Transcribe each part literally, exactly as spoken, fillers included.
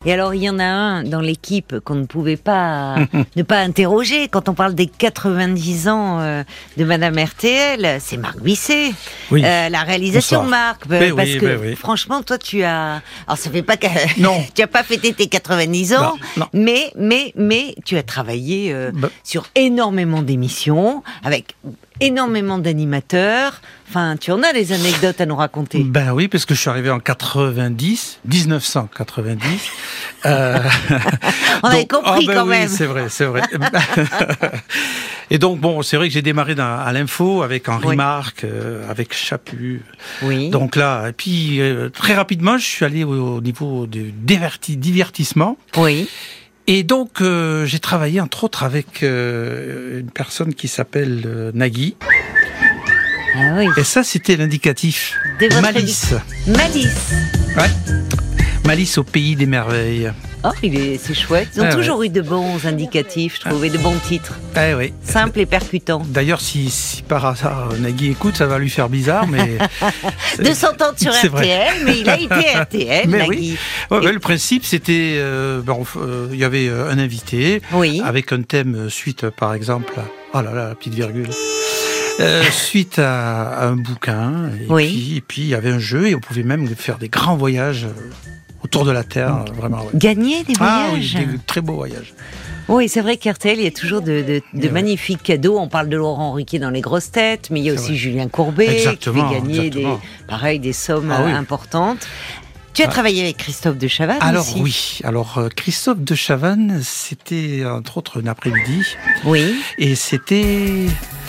Et alors, il y en a un dans l'équipe qu'on ne pouvait pas ne pas interroger quand on parle des quatre-vingt-dix ans euh, de Madame R T L, c'est Marc Bisset. Oui. Euh, la réalisation, Bonsoir. Marc, Mais parce oui, que mais oui. franchement, toi, tu as, alors ça fait pas que Non. tu as pas fêté tes quatre-vingt-dix ans, Non, non. mais mais mais tu as travaillé euh, Bah. sur énormément d'émissions avec énormément d'animateurs. Enfin, tu en as des anecdotes à nous raconter. Ben oui, parce que je suis arrivé en quatre-vingt-dix, dix-neuf cent quatre-vingt-dix. Euh, On avait donc- compris ah ben quand oui, même. c'est vrai, c'est vrai. Et donc, bon, c'est vrai que j'ai démarré dans- à l'info avec Henri Oui. Marc, euh, avec Chaput. Oui. Donc là, et puis euh, très rapidement, je suis allé au, au niveau du diverti- divertissement. Oui. Et donc, euh, j'ai travaillé entre autres avec euh, une personne qui s'appelle euh, Nagui. Ah oui. Et ça, c'était l'indicatif. De votre Malice. Malice. Ouais. Malice au pays des merveilles. Oh, il est, c'est chouette. Ils ont Ah, toujours eu de bons indicatifs, je trouvais, de bons titres. Eh oui. Simples et percutants. D'ailleurs, si, si par hasard Nagui écoute, ça va lui faire bizarre, mais... De s'entendre sur C'est R T vrai. L, mais il a été R T L, Mais Nagui. oui. Ouais, ouais, le principe, c'était... euh, ben, on- euh, il y avait euh, un invité, Oui. avec un thème euh, suite, par exemple... à- Oh là là, la petite virgule. Euh, suite à, à un bouquin, et, Oui. puis, et puis il y avait un jeu, et on pouvait même faire des grands voyages euh, autour de la Terre, euh, vraiment. Ouais. Gagner des Ah voyages. oui, des très beaux voyages. Oui, c'est vrai qu'R T L, il y a toujours de, de, de Ouais. magnifiques cadeaux. On parle de Laurent Ruquier dans Les Grosses Têtes, mais il y a C'est aussi vrai. Julien Courbet Exactement, qui fait gagner exactement. des, pareil, des sommes Ah oui. euh, importantes. Tu as Ah. travaillé avec Christophe de Chavannes Alors aussi. oui, alors euh, Christophe de Chavannes, c'était entre autres un après-midi, Oui. et c'était...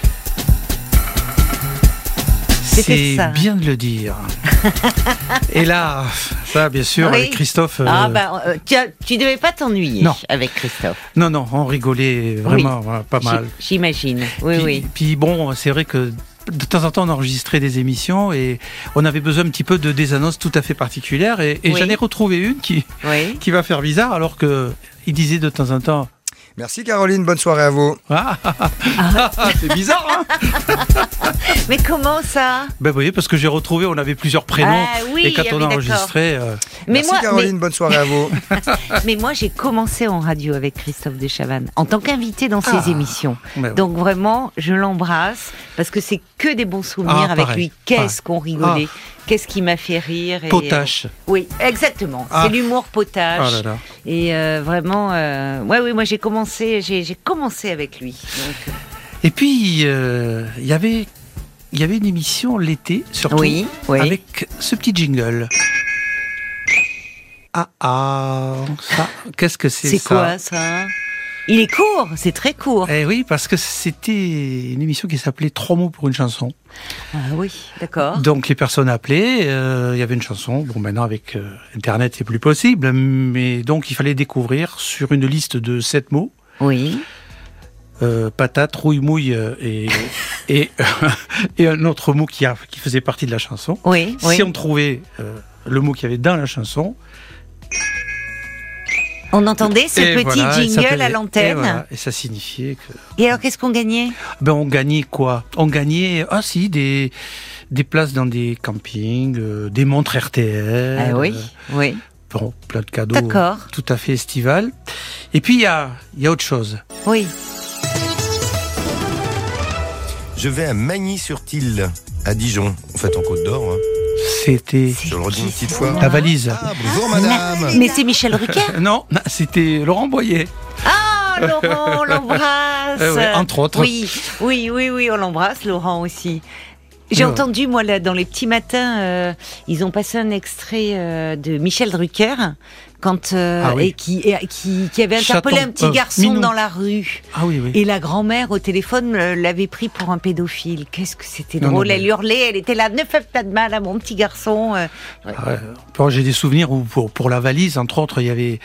C'était C'est ça. bien de le dire. Et là, ça bien sûr, Oui. avec Christophe... euh, Ah ben, euh, tu, as- tu devais pas t'ennuyer Non. avec Christophe. Non, non, on rigolait vraiment voilà, pas mal. J- J'imagine. Oui, puis, oui. puis bon, c'est vrai que de temps en temps, on enregistrait des émissions et on avait besoin un petit peu de des annonces tout à fait particulières. Et, et Oui. j'en ai retrouvé une qui, Oui. qui va faire bizarre, alors que il disait de temps en temps... Merci Caroline, bonne soirée à vous. Ah, c'est bizarre, hein? Mais comment ça? Ben vous voyez, parce que j'ai retrouvé, on avait plusieurs prénoms. Ah oui, et quand ah on oui, d'accord. enregistrait... euh, Mais Merci moi, Caroline, bonne soirée à vous. mais, mais moi, j'ai commencé en radio avec Christophe de Chavannes en tant qu'invité dans ses Ah. émissions. ben oui. Donc vraiment, je l'embrasse parce que c'est que des bons souvenirs Ah, avec pareil. lui. Qu'est-ce qu'on rigolait, qu'est-ce qui m'a fait rire. Et, Potache. euh, oui, exactement. Ah. C'est l'humour potache. Oh là là. Et euh, vraiment, euh, ouais, oui, moi j'ai commencé, j'ai, j'ai commencé avec lui. Donc, Et puis, euh, il y avait... Il y avait une émission l'été, surtout, oui, oui. avec ce petit jingle. Ah ah, ça, qu'est-ce que c'est C'est ça? quoi ça? Il est court, c'est très court. Eh oui, parce que c'était une émission qui s'appelait Trois mots pour une chanson. Ah oui, d'accord. Donc les personnes appelaient, euh, il y avait une chanson. Bon, maintenant avec euh, Internet, c'est plus possible, mais donc il fallait découvrir sur une liste de sept mots. Oui. Euh, patate, rouille, mouille euh, et, et, et un autre mot qui, a, qui faisait partie de la chanson. Oui, oui. Si on trouvait euh, le mot qu'il y avait dans la chanson, On entendait ce et petit voilà, il jingle s'appelait- à l'antenne. Et, voilà, et ça signifiait que... Et alors, qu'est-ce qu'on gagnait? Ben, on gagnait quoi? On gagnait, ah si, des, des places dans des campings, euh, des montres R T L. Ah oui, euh, oui. bon, plein de cadeaux D'accord. tout à fait estival. Et puis, il y a, il y a autre chose. Oui. Je vais à Magny-sur-Tille, à Dijon, en fait en Côte d'Or. hein. C'était Je le redis une petite fois. la valise. Ah, bonjour madame. Mais c'est Michel Ruquier. Non, non, c'était Laurent Boyer. Ah, Laurent, on l'embrasse. Euh, ouais, entre autres. Oui, oui, oui, oui, on l'embrasse, Laurent aussi. J'ai Ouais. entendu, moi, là, dans les petits matins, euh, ils ont passé un extrait euh, de Michel Drucker, quand, euh, Ah oui. et qui, et qui, qui avait interpellé Chaton, un petit euh, garçon Minou. dans la rue. Ah oui, oui. Et la grand-mère au téléphone euh, l'avait pris pour un pédophile. Qu'est-ce que c'était Non, drôle. non, mais- Elle hurlait, elle était là, ne faites pas de mal à mon petit garçon. euh. Ah ouais. Bon, j'ai des souvenirs où pour, pour la valise, entre autres, il y avait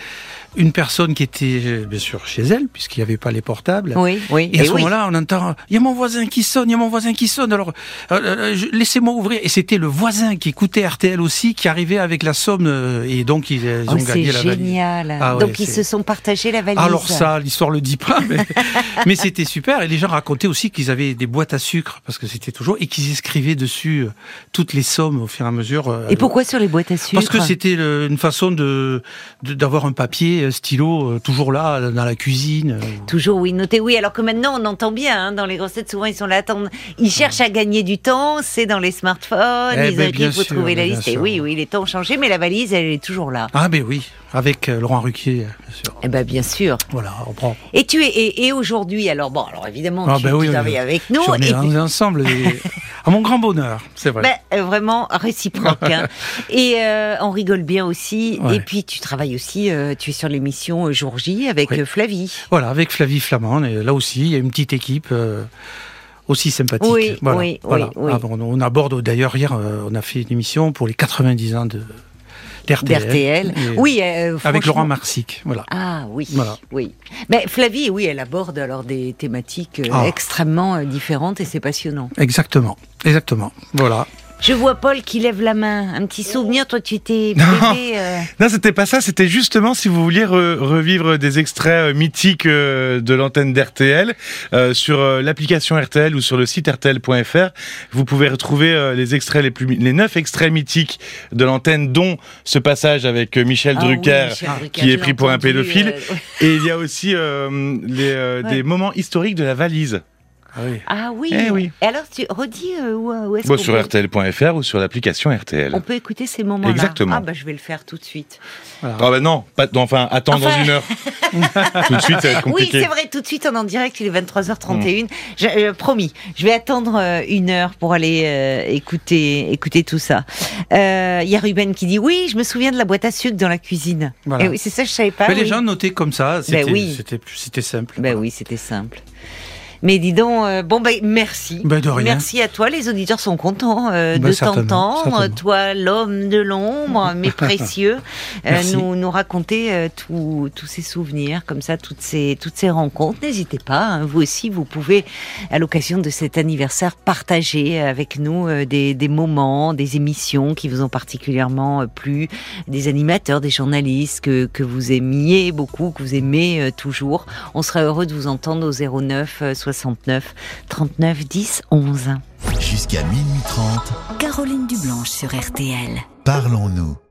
une personne qui était, euh, bien sûr, chez elle, puisqu'il n'y avait pas les portables. Oui, oui. Et à Et ce oui. moment-là, on entend, il y a mon voisin qui sonne, il y a mon voisin qui sonne, alors euh, euh, je- laissez-moi ouvrir. Et c'était le voisin qui écoutait R T L aussi, qui arrivait avec la somme, euh, et donc ils, ils Oh, ont c'est gagné la valise. génial. Ah ouais, Donc ils c'est- se sont partagés la valise. Alors ça, l'histoire le dit pas, mais, mais c'était super. Et les gens racontaient aussi qu'ils avaient des boîtes à sucre, parce que c'était toujours, et qu'ils inscrivaient dessus euh, toutes les sommes au fur et à mesure. euh, Et pourquoi sur les boîtes à sucre? Parce que c'était le- une façon de de- d'avoir un papier, un stylo, euh, toujours là, dans la cuisine. euh. Toujours, oui, notez, oui. Alors que maintenant, on entend bien, hein, dans les grosses têtes, souvent, ils sont là, attendent, ils cherchent à gagner du temps, c'est dans les smartphones, Eh ils ben, écrivent, bien il faut sûr, trouver la bien liste. Et sûr. oui, oui, les temps ont changé, mais la valise, elle est toujours là. Ah ben oui, avec euh, Laurent Ruquier, bien sûr. Eh ben, bien sûr. Voilà, on prend. Et tu es, et, et aujourd'hui, alors bon, alors évidemment, Ah tu, ben oui, tu on travailles est- avec nous, on est et puis- ensemble, et- à mon grand bonheur, c'est vrai. ben, euh, vraiment réciproque. hein. Et euh, on rigole bien aussi. Ouais. Et puis, tu travailles aussi, euh, tu es sur l'émission euh, Jour J avec Oui. euh, Flavie. Voilà, avec Flavie Flamand, et là aussi, il y a une petite équipe euh, aussi sympathique. Oui, voilà, oui, voilà. oui, oui. Ah, bon, on aborde, d'ailleurs, hier, euh, on a fait une émission pour les quatre-vingt-dix ans de d'R T L. D'R T L. Et- Oui, euh, Avec franchement- Laurent Marsic, voilà. Ah oui, Voilà. oui. Mais Flavie, oui, elle aborde alors des thématiques euh, Ah. extrêmement euh, différentes et c'est passionnant. Exactement, exactement, voilà. Je vois Paul qui lève la main. Un petit souvenir, toi tu étais Non. bébé. euh, Non, c'était pas ça, c'était justement si vous vouliez re- revivre des extraits euh, mythiques euh, de l'antenne d'R T L euh, sur euh, l'application R T L ou sur le site R T L point F R. Vous pouvez retrouver euh, les extraits les plus mi- les neuf extraits mythiques de l'antenne, dont ce passage avec euh, Michel ah oui, Drucker, Michel Drucker, qui je est l'ai pris pour un entendu, pédophile. euh, ouais. Et il y a aussi euh, les, euh, Ouais. des moments historiques de la valise. Ah oui. Ah oui. Eh oui. Et alors tu redis euh, où, où est-ce Bon, qu'on sur peut- R T L point F R ou sur l'application R T L. on peut écouter ces moments-là. Exactement. Ah bah je vais le faire tout de suite. Voilà. Ah bah non, pas, enfin, attends Enfin- dans une heure. Tout de suite, ça va être Oui, compliqué. c'est vrai, tout de suite, on est en direct, il est vingt-trois heures trente et une. Mm. Je- euh, promis, je vais attendre euh, une heure pour aller euh, écouter, écouter tout ça. Euh, Il y a Ruben qui dit, oui, je me souviens de la boîte à sucre dans la cuisine. Voilà. Et oui, c'est ça, je savais pas. Mais les oui. gens notaient comme ça, c'était oui. c'était plus- c'était simple. Ben oui, c'était simple. Mais dis donc, euh, bon ben merci. Ben, de rien. Merci à toi, les auditeurs sont contents euh, Ben, de certainement, t'entendre. certainement. Toi, l'homme de l'ombre, mais précieux, euh, Merci. nous, nous raconter euh, tout- tous ces souvenirs, comme ça, toutes ces, toutes ces rencontres. N'hésitez pas, hein, vous aussi, vous pouvez, à l'occasion de cet anniversaire, partager avec nous euh, des, des moments, des émissions qui vous ont particulièrement euh, plu, des animateurs, des journalistes que, que vous aimiez beaucoup, que vous aimez euh, toujours. On sera heureux de vous entendre au zéro neuf soixante-neuf trente-neuf dix onze. Jusqu'à minuit trente, Caroline Dublanche sur R T L. parlons-nous.